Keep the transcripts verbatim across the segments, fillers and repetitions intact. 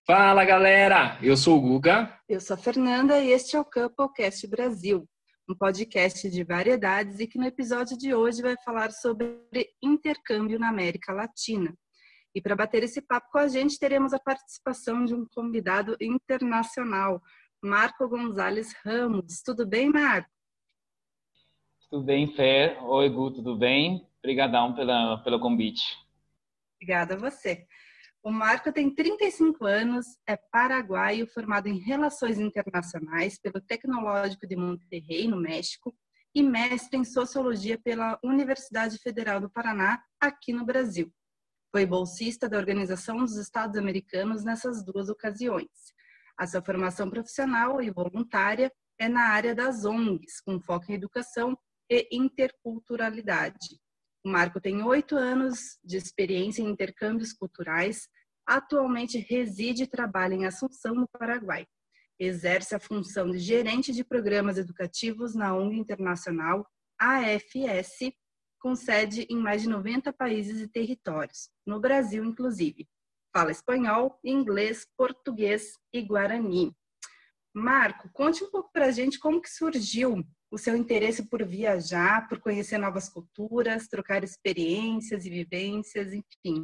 Fala, galera! Eu sou o Guga. Eu sou a Fernanda e este é o Couplecast Brasil, um podcast de variedades e que no episódio de hoje vai falar sobre intercâmbio na América Latina. E para bater esse papo com a gente, teremos a participação de um convidado internacional, Marco Gonzalez Ramos. Tudo bem, Marco? Tudo bem, Fer? Oi, Gu, tudo bem? Obrigadão pela, pelo convite. Obrigada a você. O Marco tem trinta e cinco anos, é paraguaio, formado em Relações Internacionais pelo Tecnológico de Monterrey, no México, e mestre em Sociologia pela Universidade Federal do Paraná, aqui no Brasil. Foi bolsista da Organização dos Estados Americanos nessas duas ocasiões. A sua formação profissional e voluntária é na área das O N Gs, com foco em educação e interculturalidade. O Marco tem oito anos de experiência em intercâmbios culturais, atualmente reside e trabalha em Assunção, no Paraguai. Exerce a função de gerente de programas educativos na O N G internacional A F S, com sede em mais de noventa países e territórios, no Brasil inclusive. Fala espanhol, inglês, português e guarani. Marco, conte um pouco para a gente como que surgiu o seu interesse por viajar, por conhecer novas culturas, trocar experiências e vivências, enfim.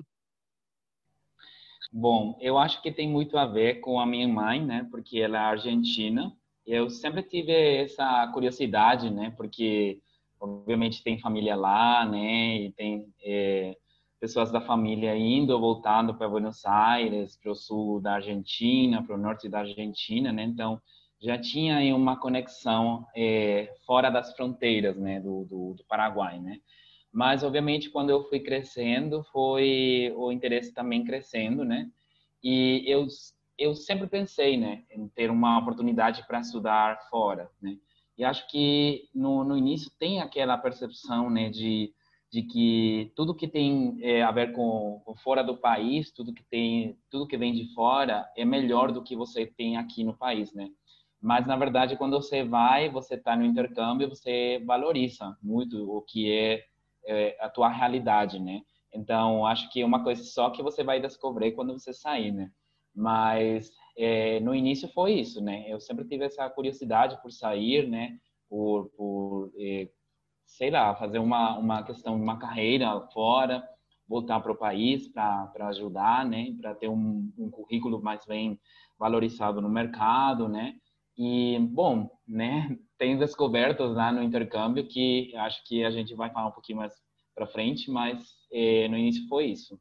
Bom, eu acho que tem muito a ver com a minha mãe, né? Porque ela é argentina. Eu sempre tive essa curiosidade, né? Porque, obviamente, tem família lá, né? E tem é, pessoas da família indo ou voltando para Buenos Aires, para o sul da Argentina, para o norte da Argentina, né? Então, já tinha aí uma conexão é, fora das fronteiras, né? Do, do, do Paraguai, né? Mas, obviamente, quando eu fui crescendo, foi o interesse também crescendo, né? E eu, eu sempre pensei, né, em ter uma oportunidade para estudar fora, né? E acho que no, no início tem aquela percepção, né, de, de que tudo que tem é, a ver com, com fora do país, tudo que tem, tudo que vem de fora é melhor do que você tem aqui no país, né? Mas, na verdade, quando você vai, você está no intercâmbio, você valoriza muito o que é é, a tua realidade, né? Então, acho que é uma coisa só que você vai descobrir quando você sair, né? Mas é, no início foi isso, né? Eu sempre tive essa curiosidade por sair, né? Por, por é, sei lá, fazer uma, uma questão de uma carreira fora, voltar para o país para ajudar, né? Para ter um, um currículo mais bem valorizado no mercado, né? E, bom, né, tem descobertas lá no intercâmbio que acho que a gente vai falar um pouquinho mais para frente, mas eh, no início foi isso.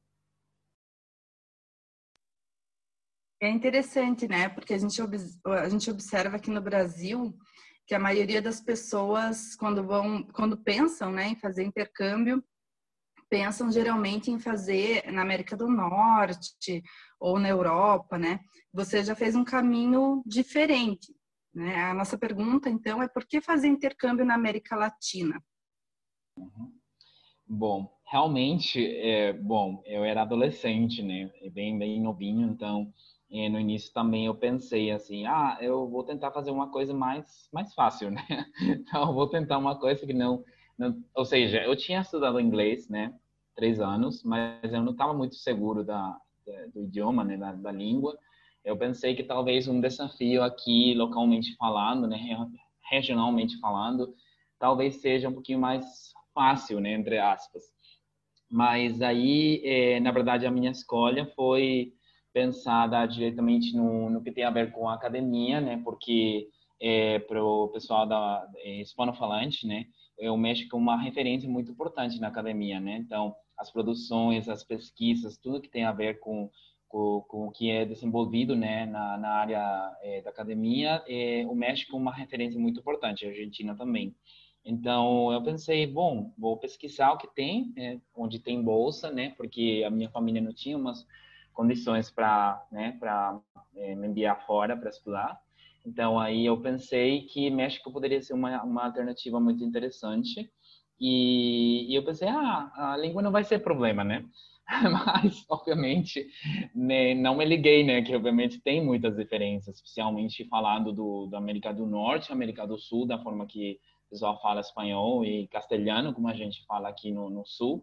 É interessante, né? Porque a gente, a gente observa aqui no Brasil que a maioria das pessoas, quando vão, quando pensam, né, em fazer intercâmbio, pensam geralmente em fazer na América do Norte ou na Europa, né? Você já fez um caminho diferente, né? A nossa pergunta, então, é por que fazer intercâmbio na América Latina? Uhum. Bom, realmente, é, bom, eu era adolescente, né? Bem, bem novinho, então, é, no início também eu pensei assim, ah, eu vou tentar fazer uma coisa mais, mais fácil, né? Então, eu vou tentar uma coisa que não, não, ou seja, eu tinha estudado inglês, né? Três anos, mas eu não estava muito seguro da, da, do idioma, né? Da, da língua. Eu pensei que talvez um desafio aqui, localmente falando, né? Regionalmente falando, talvez seja um pouquinho mais fácil, né, entre aspas. Mas aí, é, na verdade, a minha escolha foi pensada diretamente no, no que tem a ver com a academia, né, porque é, para o pessoal da é, hispano-falante, né, é, o México é uma referência muito importante na academia, né. Então, as produções, as pesquisas, tudo que tem a ver com com, com o que é desenvolvido, né, na, na área é, da academia, é, o México é uma referência muito importante, a Argentina também. Então, eu pensei, bom, vou pesquisar o que tem, né, onde tem bolsa, né, porque a minha família não tinha umas condições para, né, para é, me enviar fora para estudar. Então, aí eu pensei que México poderia ser uma, uma alternativa muito interessante. E, e eu pensei, ah, a língua não vai ser problema, né? Mas, obviamente, né, não me liguei, né, que obviamente tem muitas diferenças, especialmente falando do, da América do Norte, América do Sul, da forma que o pessoal fala espanhol e castelhano, como a gente fala aqui no, no Sul.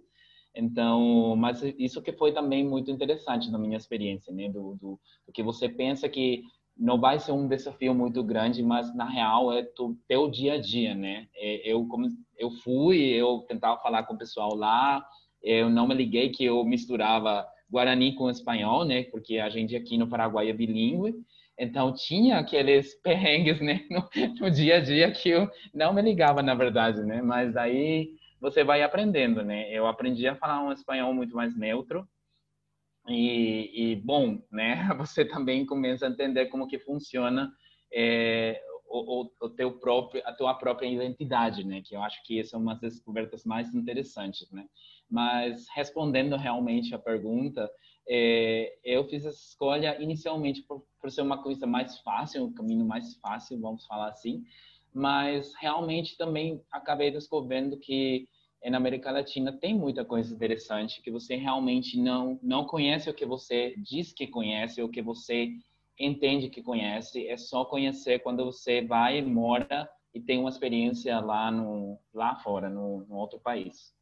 Então, mas isso que foi também muito interessante na minha experiência, né? Do, do, do que você pensa que não vai ser um desafio muito grande, mas na real é o teu dia a dia, né? Eu como eu fui, eu tentava falar com o pessoal lá, eu não me liguei que eu misturava Guarani com espanhol, né? Porque a gente aqui no Paraguai é bilíngue, então tinha aqueles perrengues, né? No, no dia a dia que eu não me ligava, na verdade, né? Mas aí você vai aprendendo, né? Eu aprendi a falar um espanhol muito mais neutro e, e bom, né? Você também começa a entender como que funciona é, o, o, o teu próprio, a tua própria identidade, né? Que eu acho que essa é uma das descobertas mais interessantes, né? Mas respondendo realmente a pergunta, é, eu fiz essa escolha inicialmente por, por ser uma coisa mais fácil, um caminho mais fácil, vamos falar assim. Mas realmente também acabei descobrindo que na América Latina tem muita coisa interessante que você realmente não não conhece o que você diz que conhece, o que você entende que conhece. É só conhecer quando você vai, mora e tem uma experiência lá no lá fora, no, no outro país.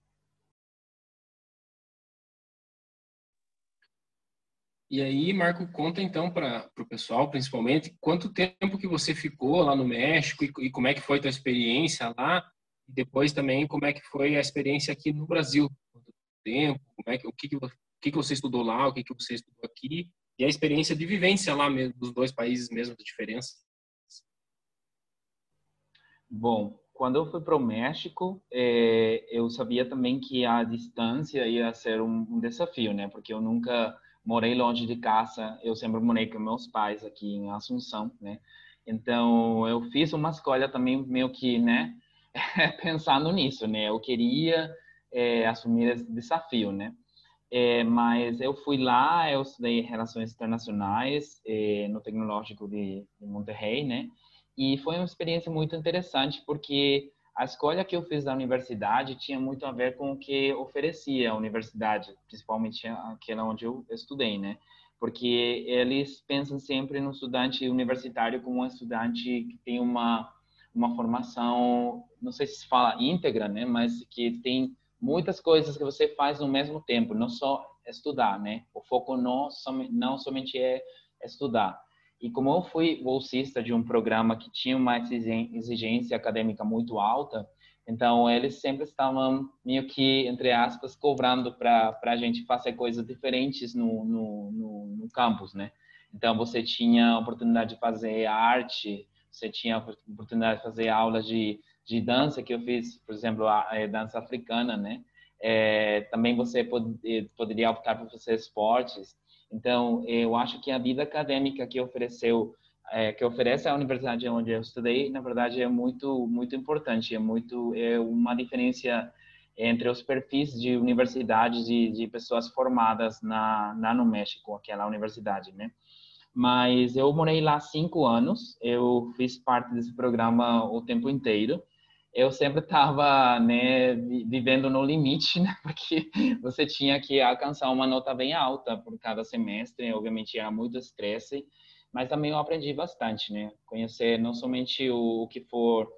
E aí, Marco, conta então para o pessoal, principalmente, quanto tempo que você ficou lá no México e, e como é que foi a tua experiência lá, e depois também como é que foi a experiência aqui no Brasil, quanto tempo, como é que, o que, que, vo- o que que você estudou lá, o que que você estudou aqui, e a experiência de vivência lá mesmo, dos dois países mesmo, da diferença. Bom, quando eu fui para o México, eh, eu sabia também que a distância ia ser um, um desafio, né? Porque eu nunca morei longe de casa, eu sempre morei com meus pais aqui em Assunção, né? Então, eu fiz uma escolha também meio que, né? Pensando nisso, né? Eu queria eh, assumir esse desafio, né? Eh, mas eu fui lá, eu estudei Relações Internacionais eh, no Tecnológico de, de Monterrey, né? E foi uma experiência muito interessante porque a escolha que eu fiz da universidade tinha muito a ver com o que oferecia a universidade, principalmente aquela onde eu estudei, né? Porque eles pensam sempre no estudante universitário como um estudante que tem uma uma formação, não sei se se fala íntegra, né? Mas que tem muitas coisas que você faz no mesmo tempo, não só estudar, né? O foco não, não somente é estudar. E como eu fui bolsista de um programa que tinha uma exigência acadêmica muito alta, então eles sempre estavam meio que, entre aspas, cobrando para a gente fazer coisas diferentes no, no, no, no campus, né? Então você tinha a oportunidade de fazer arte, você tinha a oportunidade de fazer aulas de, de dança, que eu fiz, por exemplo, a, a dança africana, né? É, também você pod, poderia optar por fazer esportes. Então, eu acho que a vida acadêmica que ofereceu, é, que oferece a universidade onde eu estudei, na verdade, é muito, muito importante. É muito, é uma diferença entre os perfis de universidades de, de pessoas formadas na, na no México, aquela universidade, né? Mas eu morei lá cinco anos, eu fiz parte desse programa o tempo inteiro. Eu sempre estava, né, vivendo no limite, né, porque você tinha que alcançar uma nota bem alta por cada semestre. Obviamente era muito estresse, mas também eu aprendi bastante, né? Conhecer não somente o, o que for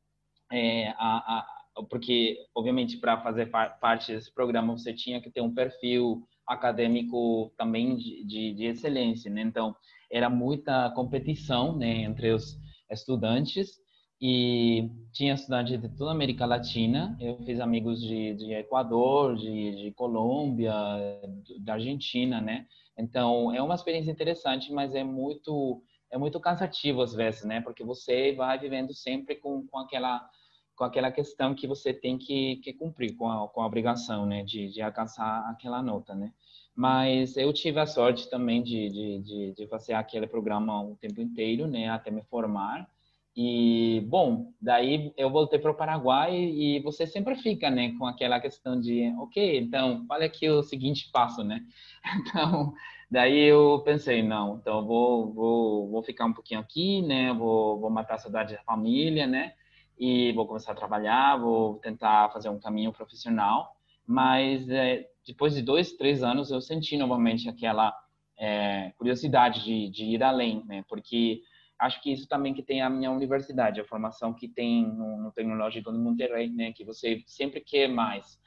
é, a, a, porque, obviamente, para fazer par, parte desse programa, você tinha que ter um perfil acadêmico também de, de, de excelência, né? Então, era muita competição, né, entre os estudantes e tinha estudantes de toda a América Latina. Eu fiz amigos de, de Equador, de, de Colômbia, da Argentina, né? Então, é uma experiência interessante, mas é muito é muito cansativo às vezes, né? Porque você vai vivendo sempre com, com aquela com aquela questão que você tem que, que cumprir com a, com a obrigação, né, de, de alcançar aquela nota, né. Mas eu tive a sorte também de, de, de, de fazer aquele programa o tempo inteiro, né, até me formar. E, bom, daí eu voltei para o Paraguai e você sempre fica, né, com aquela questão de, ok, então, qual é que é o seguinte passo, né? Então, daí eu pensei, não, então eu vou, vou, vou ficar um pouquinho aqui, né, vou, vou matar a saudade da família, né? E vou começar a trabalhar, vou tentar fazer um caminho profissional, mas é, depois de dois, três anos eu senti novamente aquela é, curiosidade de, de ir além, né? Porque acho que isso também que tem a minha universidade, a formação que tem no, no Tecnológico de Monterrey, né? Que você sempre quer mais.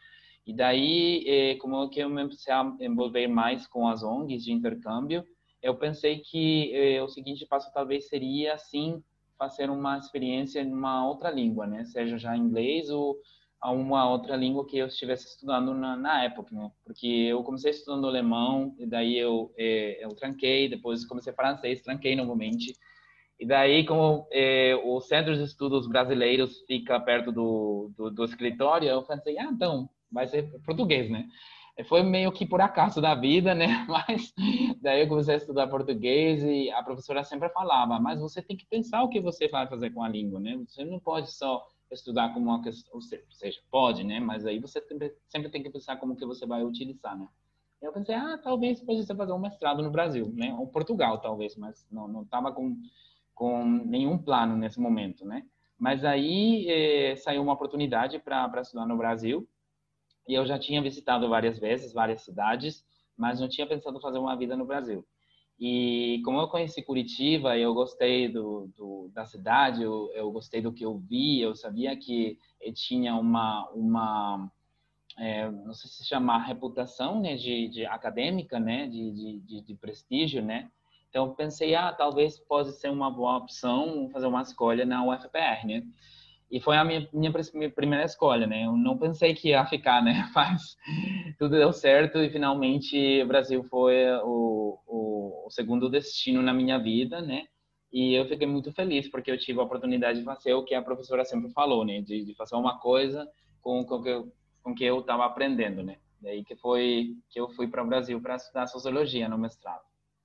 E daí, eh, como que eu me comecei a envolver mais com as O N Gs de intercâmbio, eu pensei que eh, o seguinte passo talvez seria, assim, fazer uma experiência em uma outra língua, né? Seja já inglês ou a uma outra língua que eu estivesse estudando na, na época, né? Porque eu comecei estudando alemão, e daí eu, eh, eu tranquei, depois comecei francês, tranquei novamente. E daí, como eh, o Centro de Estudos Brasileiros fica perto do, do, do escritório, eu pensei, ah, então, vai ser português, né? Foi meio que por acaso da vida, né? Mas daí eu comecei a estudar português e a professora sempre falava, mas você tem que pensar o que você vai fazer com a língua, né? Você não pode só estudar como uma questão, ou seja, pode, né? Mas aí você sempre, sempre tem que pensar como que você vai utilizar, né? Eu pensei, ah, talvez pode ser fazer um mestrado no Brasil, né? Ou Portugal, talvez, mas não não estava com com nenhum plano nesse momento, né? Mas aí eh, saiu uma oportunidade para estudar no Brasil e eu já tinha visitado várias vezes, várias cidades, mas não tinha pensado fazer uma vida no Brasil. E como eu conheci Curitiba, eu gostei do, do da cidade, eu, eu gostei do que eu vi, eu sabia que tinha uma uma é, não sei se chama reputação, né, de, de acadêmica, né, de, de, de, de prestígio, né. Então eu pensei, ah, talvez pode ser uma boa opção fazer uma escolha na U F P R, né. E foi a minha, minha primeira escolha, né? Eu não pensei que ia ficar, né? Mas tudo deu certo e finalmente o Brasil foi o, o, o segundo destino na minha vida, né? E eu fiquei muito feliz porque eu tive a oportunidade de fazer o que a professora sempre falou, né? De, de fazer uma coisa com com que eu, com que eu estava aprendendo, né? Daí que foi que eu fui para o Brasil para estudar sociologia no mestrado.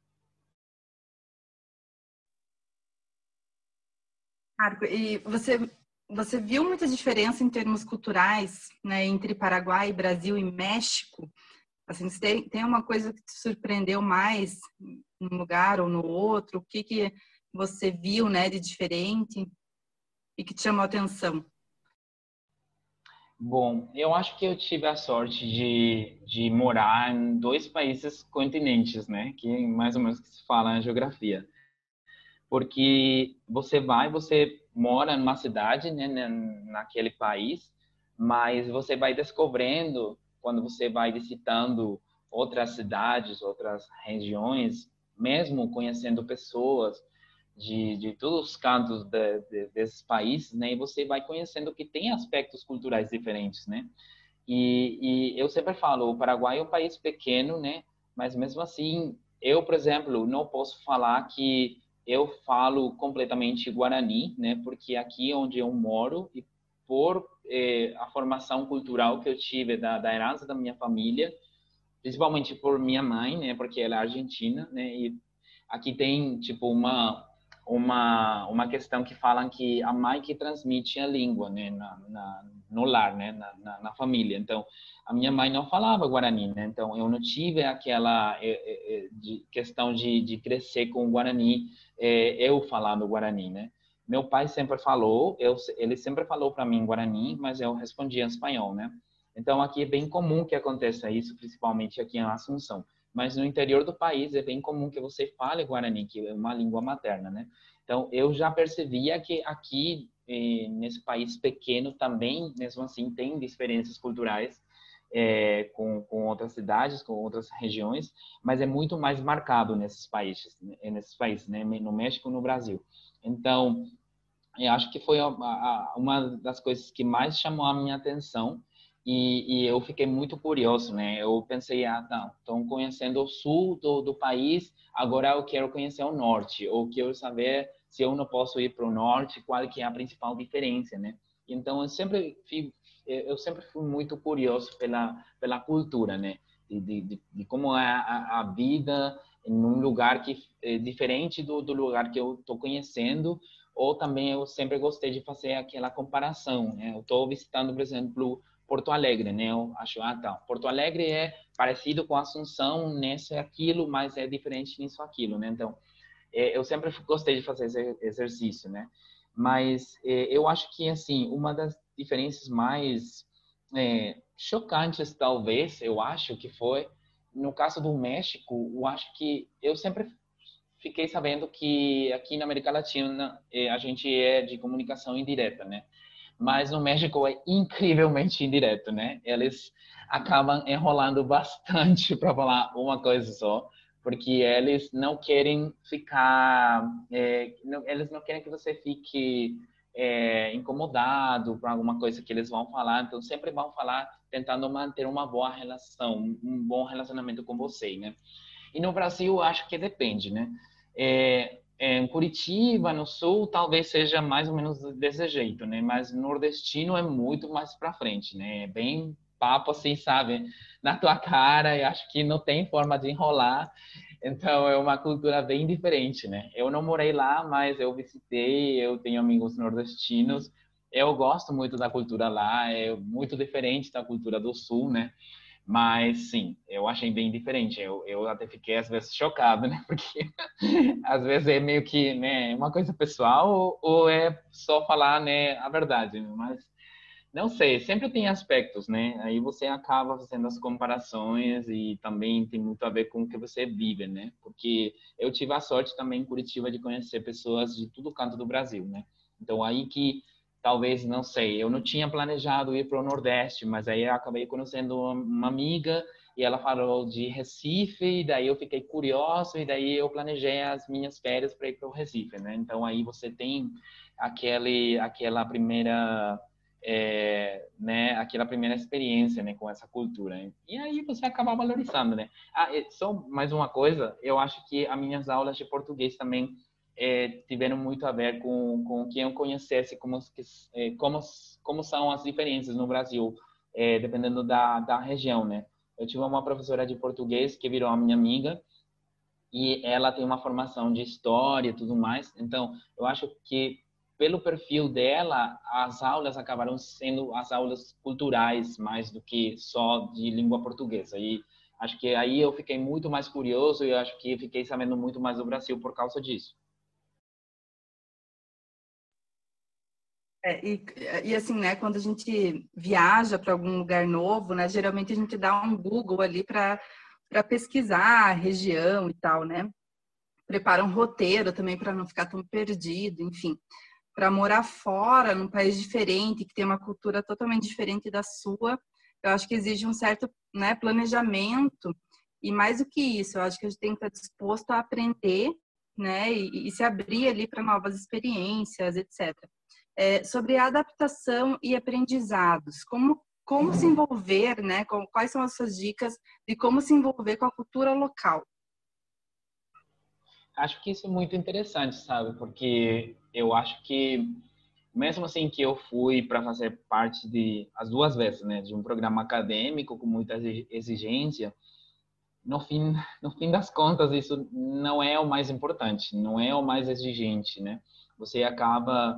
Marco, e você, você viu muita diferença em termos culturais, né, entre Paraguai, Brasil e México? Assim, você tem, tem uma coisa que te surpreendeu mais num lugar ou no outro? O que, que você viu, né, de diferente e que te chamou a atenção? Bom, eu acho que eu tive a sorte de, de morar em dois países continentes, né? Que é mais ou menos que se fala na geografia. Porque você vai, você mora numa cidade, né, né, naquele país, mas você vai descobrindo, quando você vai visitando outras cidades, outras regiões, mesmo conhecendo pessoas de, de todos os cantos de, de, desses países, né, e você vai conhecendo que tem aspectos culturais diferentes, né? E, e eu sempre falo, o Paraguai é um país pequeno, né? Mas mesmo assim, eu, por exemplo, não posso falar que eu falo completamente Guarani, né? Porque aqui onde eu moro e por eh, a formação cultural que eu tive da, da herança da minha família, principalmente por minha mãe, né? Porque ela é argentina, né? E aqui tem tipo uma uma uma questão que falam que a mãe que transmite a língua, né, na, na no lar, né, na, na, na família. Então, a minha mãe não falava guarani, né? Então, eu não tive aquela é, é, de, questão de, de crescer com o guarani, é, eu falando guarani, né? Meu pai sempre falou, eu, ele sempre falou para mim guarani, mas eu respondia em espanhol, né? Então, aqui é bem comum que aconteça isso, principalmente aqui em Assunção. Mas no interior do país é bem comum que você fale guarani, que é uma língua materna, né? Então, eu já percebia que aqui, eh, nesse país pequeno, também, mesmo assim, tem diferenças culturais eh, com, com outras cidades, com outras regiões, mas é muito mais marcado nesses países, né? nesses países, né? No México e no Brasil. Então, eu acho que foi uma das coisas que mais chamou a minha atenção e, e eu fiquei muito curioso, né? Eu pensei, ah, não, estão conhecendo o sul do, do país, agora eu quero conhecer o norte, ou quero saber se eu não posso ir para o norte, qual que é a principal diferença, né? Então, eu sempre fui, eu sempre fui muito curioso pela, pela cultura, né? De, de, de como é a, a vida em um lugar que é diferente do, do lugar que eu estou conhecendo, ou também eu sempre gostei de fazer aquela comparação, né? Eu estou visitando, por exemplo, Porto Alegre, né? Eu acho, ah, tá, Porto Alegre é parecido com Assunção nesse aquilo, mas é diferente nisso aquilo, né? Então, é, eu sempre gostei de fazer esse exercício, né? Mas é, eu acho que, assim, uma das diferenças mais é, chocantes, talvez, eu acho que foi, no caso do México, eu acho que eu sempre fiquei sabendo que aqui na América Latina a gente é de comunicação indireta, né? Mas no México é incrivelmente indireto, né? Eles acabam enrolando bastante para falar uma coisa só, porque eles não querem ficar, é, não, eles não querem que você fique é, incomodado por alguma coisa que eles vão falar, então sempre vão falar tentando manter uma boa relação, um bom relacionamento com você, né? E no Brasil, acho que depende, né? É, é, em Curitiba, no Sul, talvez seja mais ou menos desse jeito, né? Mas no nordestino é muito mais para frente, né? É bem papo assim, sabe? Na tua cara, e acho que não tem forma de enrolar. Então, é uma cultura bem diferente, né? Eu não morei lá, mas eu visitei, eu tenho amigos nordestinos. Eu gosto muito da cultura lá, é muito diferente da cultura do Sul, né? Mas, sim, eu achei bem diferente. Eu, eu até fiquei, às vezes, chocado, né? Porque, às vezes, é meio que, né, uma coisa pessoal ou, ou é só falar, né, a verdade. Mas, não sei, sempre tem aspectos, né? Aí você acaba fazendo as comparações e também tem muito a ver com o que você vive, né? Porque eu tive a sorte também em Curitiba de conhecer pessoas de todo canto do Brasil, né? Então, aí que talvez, não sei, eu não tinha planejado ir para o Nordeste, mas aí eu acabei conhecendo uma amiga e ela falou de Recife, e daí eu fiquei curioso e daí eu planejei as minhas férias para ir para o Recife, né? Então aí você tem aquele, aquela primeira, é, né, aquela primeira experiência, né, com essa cultura. Né? E aí você acaba valorizando, né? Ah, só mais uma coisa, eu acho que as minhas aulas de português também é, tiveram muito a ver com, com quem eu conhecesse, como, é, como, como são as diferenças no Brasil, é, dependendo da, da região, né? Eu tive uma professora de português que virou a minha amiga e ela tem uma formação de história e tudo mais. Então, eu acho que pelo perfil dela, as aulas acabaram sendo as aulas culturais mais do que só de língua portuguesa. E acho que aí eu fiquei muito mais curioso e eu acho que fiquei sabendo muito mais do Brasil por causa disso. É, e, e assim, né, quando a gente viaja para algum lugar novo, né, geralmente a gente dá um Google ali para para pesquisar a região e tal, né? Prepara um roteiro também para não ficar tão perdido, enfim. Para morar fora, num país diferente, que tem uma cultura totalmente diferente da sua, eu acho que exige um certo, né, planejamento. E mais do que isso, eu acho que a gente tem que estar disposto a aprender, né, e, e se abrir ali para novas experiências, etcétera. É, sobre adaptação e aprendizados, como como se envolver, né? Quais são as suas dicas de como se envolver com a cultura local? Acho que isso é muito interessante, sabe? Porque eu acho que mesmo assim que eu fui para fazer parte de as duas vezes, né, de um programa acadêmico com muita exigência, no fim, no fim das contas isso não é o mais importante, não é o mais exigente, né? Você acaba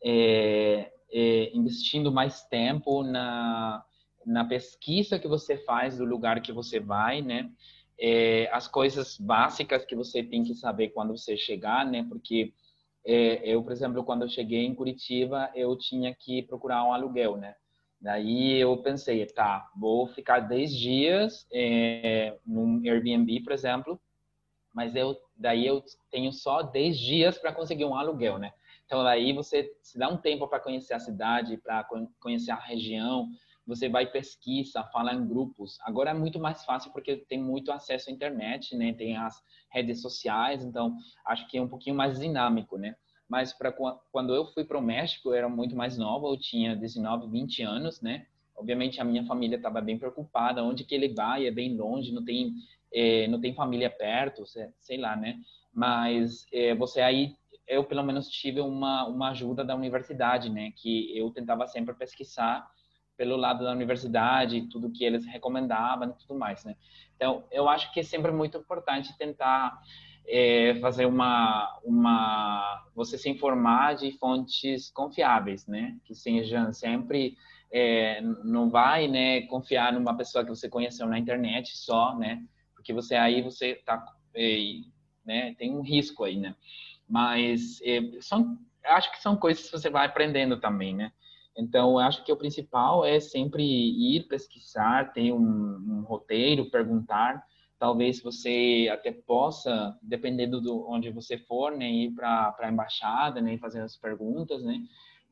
é, é, investindo mais tempo na na pesquisa que você faz do lugar que você vai, né? É, as coisas básicas que você tem que saber quando você chegar, né? Porque é, eu, por exemplo, quando eu cheguei em Curitiba, eu tinha que procurar um aluguel, né? Daí eu pensei, tá, vou ficar dez dias é, num Airbnb, por exemplo, mas eu daí eu tenho só dez dias para conseguir um aluguel, né? Então daí você se dá um tempo para conhecer a cidade, para conhecer a região, você vai pesquisa, fala em grupos. Agora é muito mais fácil porque tem muito acesso à internet, né? Tem as redes sociais, então acho que é um pouquinho mais dinâmico, né? Mas para quando eu fui para o México, eu era muito mais nova, eu tinha dezenove, vinte anos, né? Obviamente a minha família estava bem preocupada, onde que ele vai, é bem longe, não tem é, não tem família perto, sei lá, né? Mas é, você aí, eu pelo menos tive uma, uma ajuda da universidade, né? Que eu tentava sempre pesquisar pelo lado da universidade, tudo que eles recomendavam e tudo mais, né? Então, eu acho que é sempre muito importante tentar é, fazer uma, uma... você se informar de fontes confiáveis, né? Que sejam sempre... É, não vai, né, confiar numa pessoa que você conheceu na internet só, né? Porque você aí você tá, é, né, tem um risco aí, né? Mas é, são, acho que são coisas que você vai aprendendo também, né? Então, acho que o principal é sempre ir pesquisar, ter um, um roteiro, perguntar. Talvez você até possa, dependendo do onde você for, né, ir para a embaixada, né, e fazer as perguntas, né?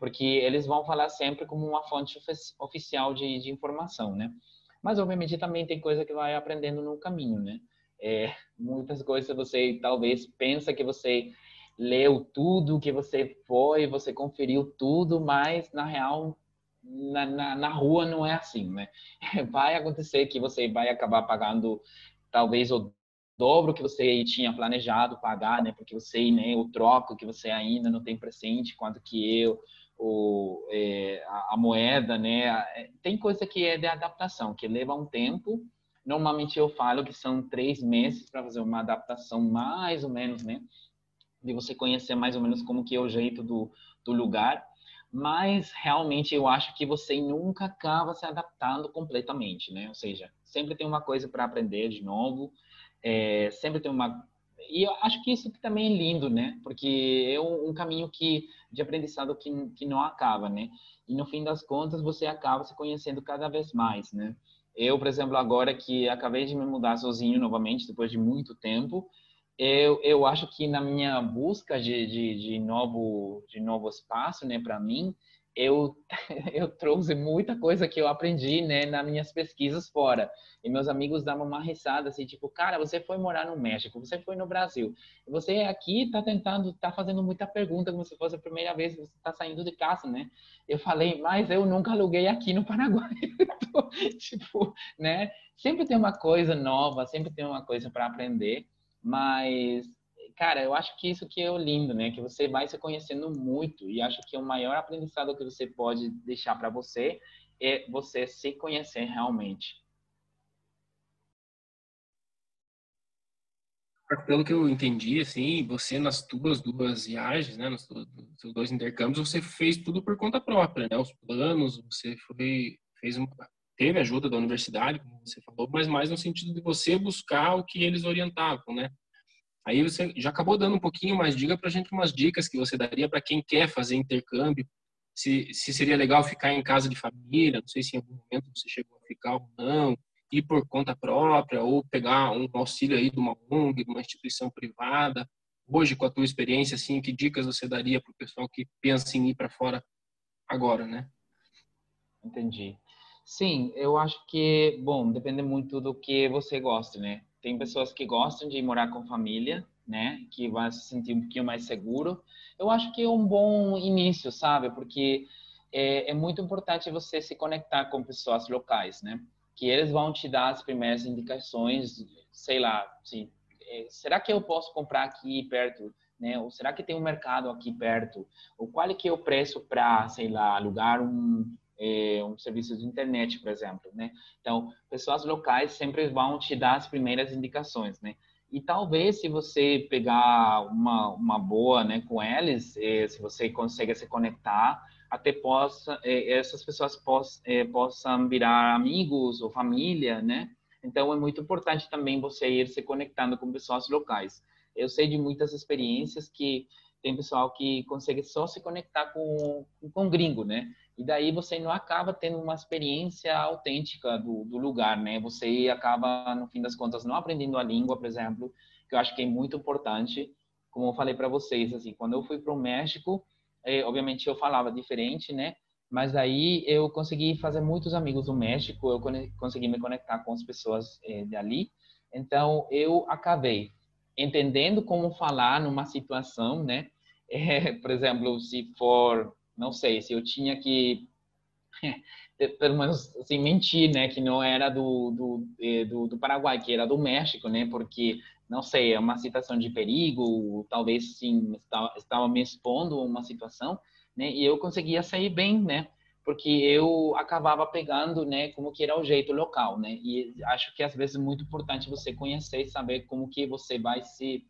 porque eles vão falar sempre como uma fonte oficial de, de informação, né? Mas, obviamente, também tem coisa que vai aprendendo no caminho, né? É, muitas coisas você talvez pensa que você leu tudo, que você foi, você conferiu tudo, mas, na real, na, na, na rua não é assim, né? Vai acontecer que você vai acabar pagando talvez o dobro que você tinha planejado pagar, né? Porque você, né, o troco que você ainda não tem presente, quanto que eu, o, é, a, a moeda, né? Tem coisa que é de adaptação, que leva um tempo. Normalmente eu falo que são três meses para fazer uma adaptação mais ou menos, né? De você conhecer mais ou menos como que é o jeito do, do lugar. Mas realmente eu acho que você nunca acaba se adaptando completamente, né? Ou seja, sempre tem uma coisa para aprender de novo, é, sempre tem uma... E eu acho que isso também é lindo, né? Porque é um, um caminho que, de aprendizado que, que não acaba, né? E no fim das contas você acaba se conhecendo cada vez mais, né? Eu, por exemplo, agora que acabei de me mudar sozinho novamente, depois de muito tempo, eu, eu acho que na minha busca de, de, de novo de novo espaço, né, para mim, eu eu trouxe muita coisa que eu aprendi, né, nas minhas pesquisas fora. E meus amigos davam uma risada assim, tipo, cara, você foi morar no México, você foi no Brasil, e você aqui tá tentando, tá fazendo muita pergunta como se fosse a primeira vez que você tá saindo de casa, né? Eu falei, mas eu nunca aluguei aqui no Paraguai. Então, tipo, né? Sempre tem uma coisa nova, sempre tem uma coisa para aprender. Mas, cara, eu acho que isso que é o lindo, né? Que você vai se conhecendo muito e acho que o maior aprendizado que você pode deixar para você é você se conhecer realmente. Pelo que eu entendi, assim, você nas tuas duas viagens, né, nos tu- nos seus dois intercâmbios, você fez tudo por conta própria, né? Os planos, você foi, fez uma, teve ajuda da universidade, como você falou, mas mais no sentido de você buscar o que eles orientavam, né? Aí você já acabou dando um pouquinho mais, diga pra gente umas dicas que você daria para quem quer fazer intercâmbio, se, se seria legal ficar em casa de família, não sei se em algum momento você chegou a ficar ou não, ir por conta própria ou pegar um auxílio aí de uma O N G, de uma instituição privada. Hoje, com a tua experiência, assim, que dicas você daria para o pessoal que pensa em ir para fora agora, né? Entendi. Sim, eu acho que, bom, depende muito do que você gosta, né? Tem pessoas que gostam de morar com família, né? Que vai se sentir um pouquinho mais seguro. Eu acho que é um bom início, sabe? Porque é, é muito importante você se conectar com pessoas locais, né? Que eles vão te dar as primeiras indicações, sei lá, assim, é, será que eu posso comprar aqui perto, né? Ou será que tem um mercado aqui perto? Ou qual é que é o preço para, sei lá, alugar um é, um serviço de internet, por exemplo, né? Então, pessoas locais sempre vão te dar as primeiras indicações, né? E talvez se você pegar uma, uma boa, né, com eles, eh, se você consegue se conectar, até possa, eh, essas pessoas poss, eh, possam virar amigos ou família, né? Então, é muito importante também você ir se conectando com pessoas locais. Eu sei de muitas experiências que tem pessoal que consegue só se conectar com, com gringo, né? E daí você não acaba tendo uma experiência autêntica do, do lugar, né? Você acaba, no fim das contas, não aprendendo a língua, por exemplo, que eu acho que é muito importante. Como eu falei para vocês, assim, quando eu fui para o México, eh, obviamente eu falava diferente, né? Mas aí eu consegui fazer muitos amigos do México, eu consegui me conectar com as pessoas eh, dali. Então, eu acabei entendendo como falar numa situação, né? É, por exemplo, se for, não sei, se eu tinha que, pelo menos, assim, mentir, né? Que não era do, do, do, do Paraguai, que era do México, né? Porque, não sei, é uma situação de perigo, talvez, sim, estava, estava me expondo a uma situação, né? E eu conseguia sair bem, né? Porque eu acabava pegando, né, como que era o jeito local, né? E acho que às vezes é muito importante você conhecer e saber como que você vai se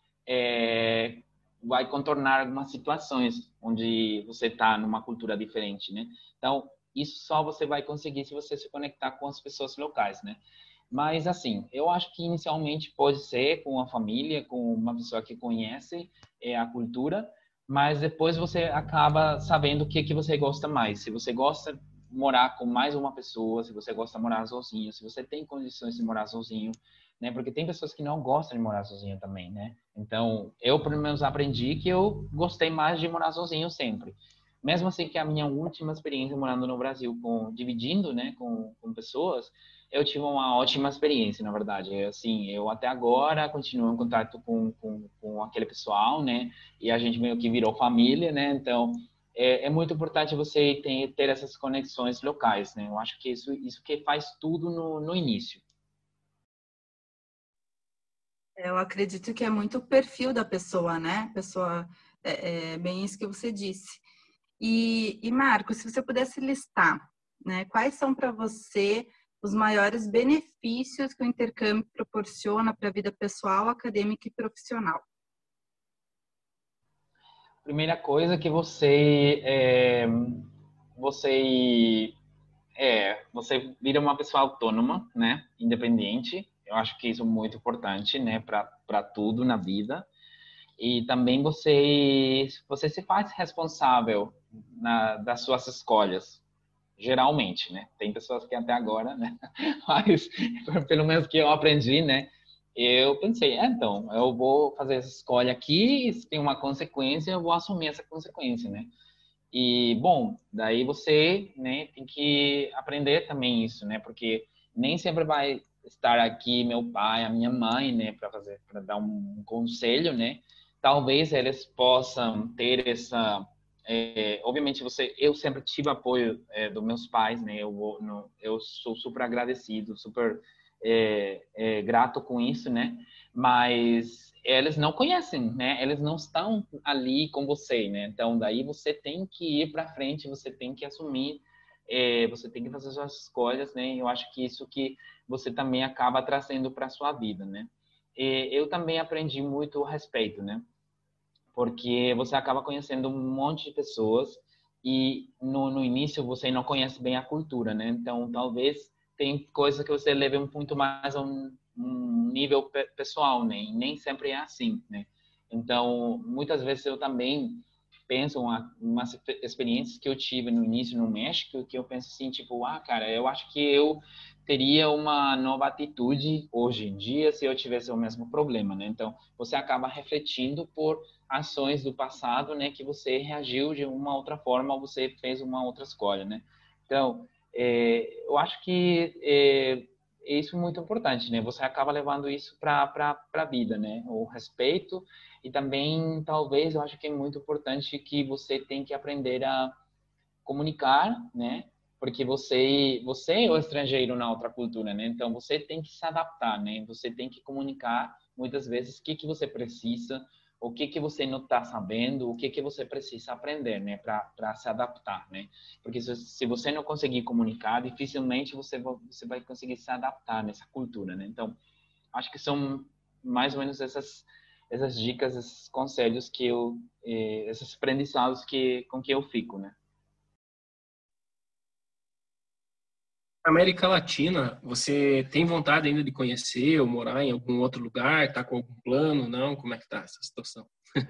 é, vai contornar algumas situações onde você está numa cultura diferente, né? Então, isso só você vai conseguir se você se conectar com as pessoas locais, né? Mas, assim, eu acho que inicialmente pode ser com a família, com uma pessoa que conhece é, a cultura, mas depois você acaba sabendo o que, que você gosta mais. Se você gosta de morar com mais uma pessoa, se você gosta de morar sozinho, se você tem condições de morar sozinho, né? Porque tem pessoas que não gostam de morar sozinho também, né? Então, eu pelo menos aprendi que eu gostei mais de morar sozinho sempre. mesmo assim que a minha última experiência morando no Brasil, com, dividindo, né, com, com pessoas, eu tive uma ótima experiência, na verdade. Eu, assim, eu até agora continuo em contato com, com, com aquele pessoal, né, e a gente meio que virou família, né, então é, é muito importante você ter, ter essas conexões locais, né, eu acho que isso, isso que faz tudo no, no início. Eu acredito que é muito o perfil da pessoa, né? Pessoa, é, é bem isso que você disse. E, e Marco, se você pudesse listar, né, quais são para você os maiores benefícios que o intercâmbio proporciona para a vida pessoal, acadêmica e profissional? Primeira coisa que você é, você é você vira uma pessoa autônoma, né, independente. Eu acho que isso é muito importante, né, para para tudo na vida. E também você você se faz responsável na, das suas escolhas, geralmente, né? Tem pessoas que até agora, né? Mas pelo menos que eu aprendi, né? Eu pensei, é, então, eu vou fazer essa escolha aqui, e se tem uma consequência, eu vou assumir essa consequência, né? E, bom, daí você, né, tem que aprender também isso, né? Porque nem sempre vai estar aqui meu pai, a minha mãe, né, para fazer, para dar um conselho, né? Talvez eles possam ter essa, é, obviamente você, eu sempre tive apoio é, dos meus pais, né? Eu vou, no, eu sou super agradecido, super é, é, grato com isso, né? Mas eles não conhecem, né? Eles não estão ali com você, né? Então, daí você tem que ir para frente, você tem que assumir, é, você tem que fazer suas escolhas, né? Eu acho que isso que você também acaba trazendo para sua vida, né? E eu também aprendi muito o respeito, né? Porque você acaba conhecendo um monte de pessoas e no, no início você não conhece bem a cultura, né? Então, talvez tem coisas que você leve um ponto mais a um, um nível pe pessoal, né? E nem sempre é assim, né? Então, muitas vezes eu também penso uma, umas experiências que eu tive no início no México, que eu penso assim, tipo, ah, cara, eu acho que eu teria uma nova atitude hoje em dia se eu tivesse o mesmo problema, né? Então, você acaba refletindo por ações do passado, né, que você reagiu de uma outra forma, ou você fez uma outra escolha, né? Então, é, eu acho que é, é isso muito importante, né? Você acaba levando isso para para para a vida, né? O respeito e também talvez eu acho que é muito importante que você tem que aprender a comunicar, né? Porque você você é o estrangeiro na outra cultura, né? Então você tem que se adaptar, né? Você tem que comunicar muitas vezes o que que você precisa, o que que você não está sabendo, o que que você precisa aprender, né? Para para se adaptar, né? Porque se, se você não conseguir comunicar, dificilmente você vai, você vai conseguir se adaptar nessa cultura, né? Então acho que são mais ou menos essas essas dicas, esses conselhos que eu, eh, esses aprendizados que com que eu fico, né? América Latina, você tem vontade ainda de conhecer ou morar em algum outro lugar? Tá com algum plano? Não? Como é que tá essa situação?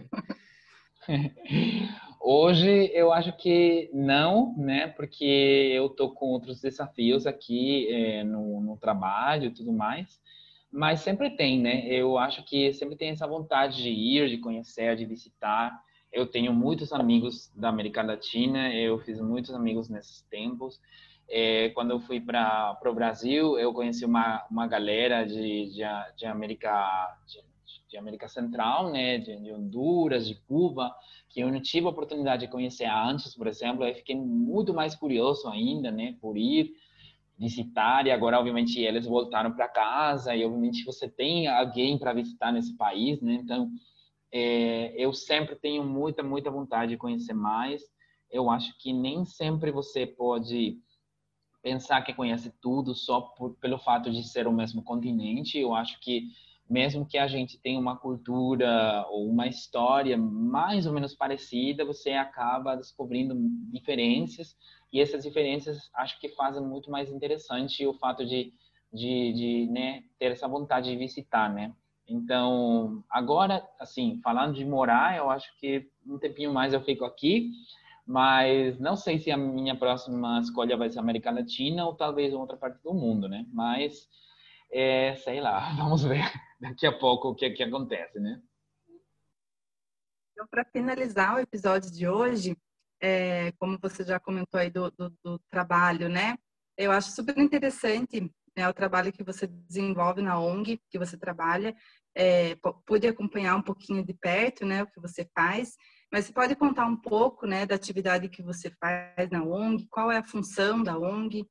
Hoje eu acho que não, né? Porque eu tô com outros desafios aqui é, no, no trabalho e tudo mais. Mas sempre tem, né? Eu acho que sempre tem essa vontade de ir, de conhecer, de visitar. Eu tenho muitos amigos da América Latina, eu fiz muitos amigos nesses tempos. É, quando eu fui para o Brasil, eu conheci uma, uma galera de, de, de América de, de América Central, né? De, de Honduras, de Cuba, que eu não tive a oportunidade de conhecer antes, por exemplo. Eu fiquei muito mais curioso ainda, né? Por ir visitar e agora obviamente eles voltaram para casa e obviamente você tem alguém para visitar nesse país, né? Então é, eu sempre tenho muita muita vontade de conhecer mais. Eu acho que nem sempre você pode pensar que conhece tudo só por, pelo fato de ser o mesmo continente. Eu acho que mesmo que a gente tenha uma cultura ou uma história mais ou menos parecida, você acaba descobrindo diferenças e essas diferenças acho que fazem muito mais interessante o fato de, de, de né, ter essa vontade de visitar, né? Então, agora, assim, falando de morar, eu acho que um tempinho mais eu fico aqui, mas não sei se a minha próxima escolha vai ser América Latina ou talvez outra parte do mundo, né? Mas, é, sei lá, vamos ver daqui a pouco o que, que acontece, né? Então, para finalizar o episódio de hoje, é, como você já comentou aí do, do, do trabalho, né? Eu acho super interessante, né, o trabalho que você desenvolve na O N G, que você trabalha. É, pude acompanhar um pouquinho de perto, né, o que você faz, mas você pode contar um pouco, né, da atividade que você faz na O N G, qual é a função da O N G?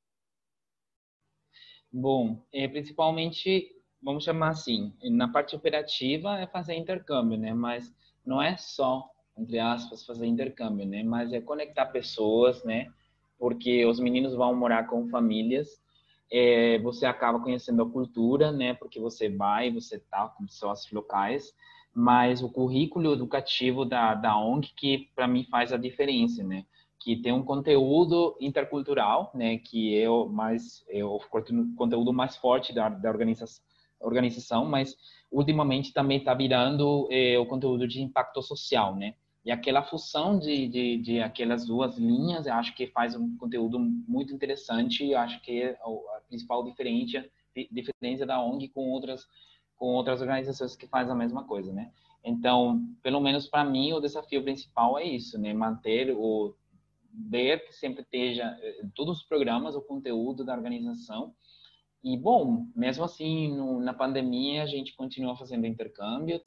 Bom, é, principalmente, vamos chamar assim, na parte operativa é fazer intercâmbio, né? Mas não é só, entre aspas, fazer intercâmbio, né? Mas é conectar pessoas, né? Porque os meninos vão morar com famílias, é, você acaba conhecendo a cultura, né? Porque você vai, você tá com pessoas locais, mas o currículo educativo da, da O N G que para mim faz a diferença, né? Que tem um conteúdo intercultural, né, que é o mais é o conteúdo mais forte da, da organização, organização, mas ultimamente também está virando é, o conteúdo de impacto social, né? E aquela fusão de, de, de aquelas duas linhas, eu acho que faz um conteúdo muito interessante. Eu acho que é a principal diferença, diferença da O N G com outras com outras organizações que fazem a mesma coisa, né? Então, pelo menos para mim, o desafio principal é isso, né? Manter o ver que sempre esteja em todos os programas o conteúdo da organização. E, bom, mesmo assim, no, na pandemia, a gente continua fazendo intercâmbio.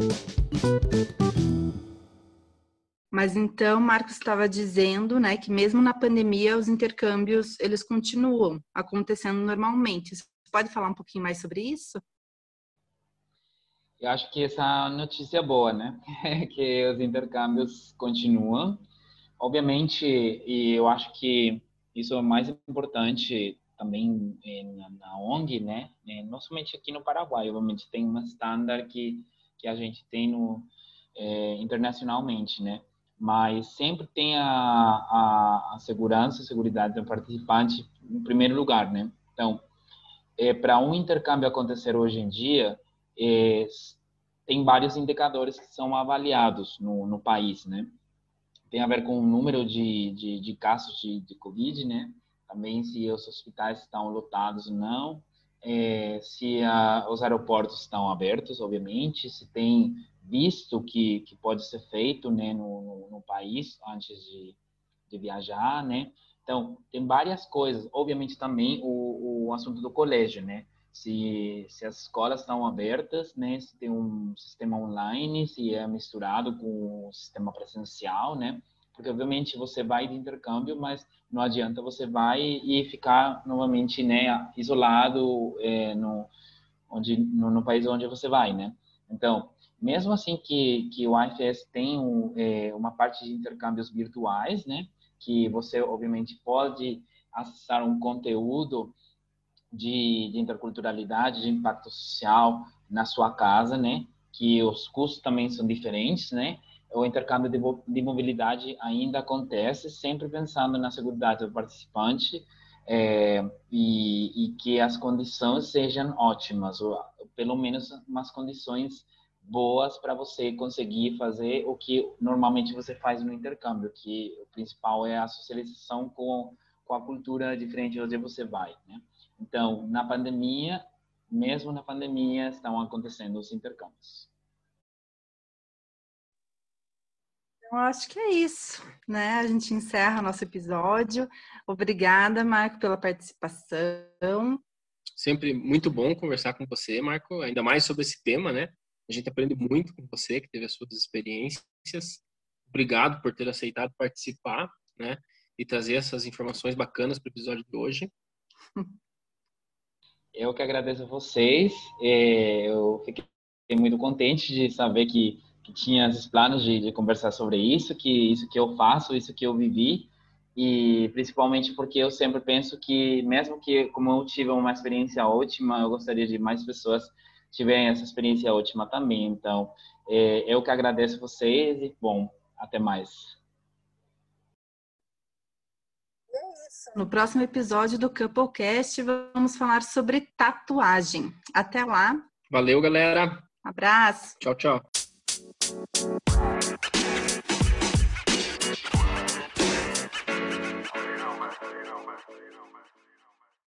Mas então, Marcos estava dizendo, né, que mesmo na pandemia, os intercâmbios, eles continuam acontecendo normalmente. Você pode falar um pouquinho mais sobre isso? Eu acho que essa notícia é boa, né? Que os intercâmbios continuam. Obviamente, e eu acho que isso é o mais importante também na, na O N G, né? Não somente aqui no Paraguai, obviamente tem uma standard que que a gente tem no é, internacionalmente, né? Mas sempre tem a, a, a segurança, a seguridade do participante em primeiro lugar, né? Então, é, para um intercâmbio acontecer hoje em dia, é, tem vários indicadores que são avaliados no, no país, né? Tem a ver com o número de, de, de casos de, de Covid, né? Também se os hospitais estão lotados ou não, é, se a, os aeroportos estão abertos, obviamente, se tem visto que, que pode ser feito, né, no, no, no país antes de, de viajar, né? Então, tem várias coisas. Obviamente, também o, o assunto do colégio, né? Se, se as escolas estão abertas, né? Se tem um sistema online, se é misturado com o sistema presencial, né? Porque, obviamente, você vai de intercâmbio, mas não adianta você vai e ficar, novamente, né, isolado é, no, onde, no, no país onde você vai, né? Então, mesmo assim que, que o I F S tem um, é, uma parte de intercâmbios virtuais, né? Que você, obviamente, pode acessar um conteúdo de, de interculturalidade, de impacto social na sua casa, né? Que os custos também são diferentes, né? O intercâmbio de, de mobilidade ainda acontece, sempre pensando na segurança do participante é, e, e que as condições sejam ótimas, ou pelo menos umas condições boas para você conseguir fazer o que normalmente você faz no intercâmbio, que o principal é a socialização com, com a cultura diferente onde você vai, né? Então, na pandemia, mesmo na pandemia, estão acontecendo os intercâmbios. Eu acho que é isso, né? A gente encerra nosso episódio. Obrigada, Marco, pela participação. Sempre muito bom conversar com você, Marco, ainda mais sobre esse tema, né? A gente aprende muito com você, que teve as suas experiências. Obrigado por ter aceitado participar, né? E trazer essas informações bacanas para o episódio de hoje. Eu que agradeço a vocês. Eu fiquei muito contente de saber que, que tinha esses planos de, de conversar sobre isso, que isso que eu faço, isso que eu vivi. E principalmente porque eu sempre penso que, mesmo que como eu tive uma experiência ótima, eu gostaria de mais pessoas tiverem essa experiência ótima também. Então, eu que agradeço a vocês e, bom, até mais. No próximo episódio do Couplecast, vamos falar sobre tatuagem. Até lá. Valeu, galera. Abraço. Tchau, tchau.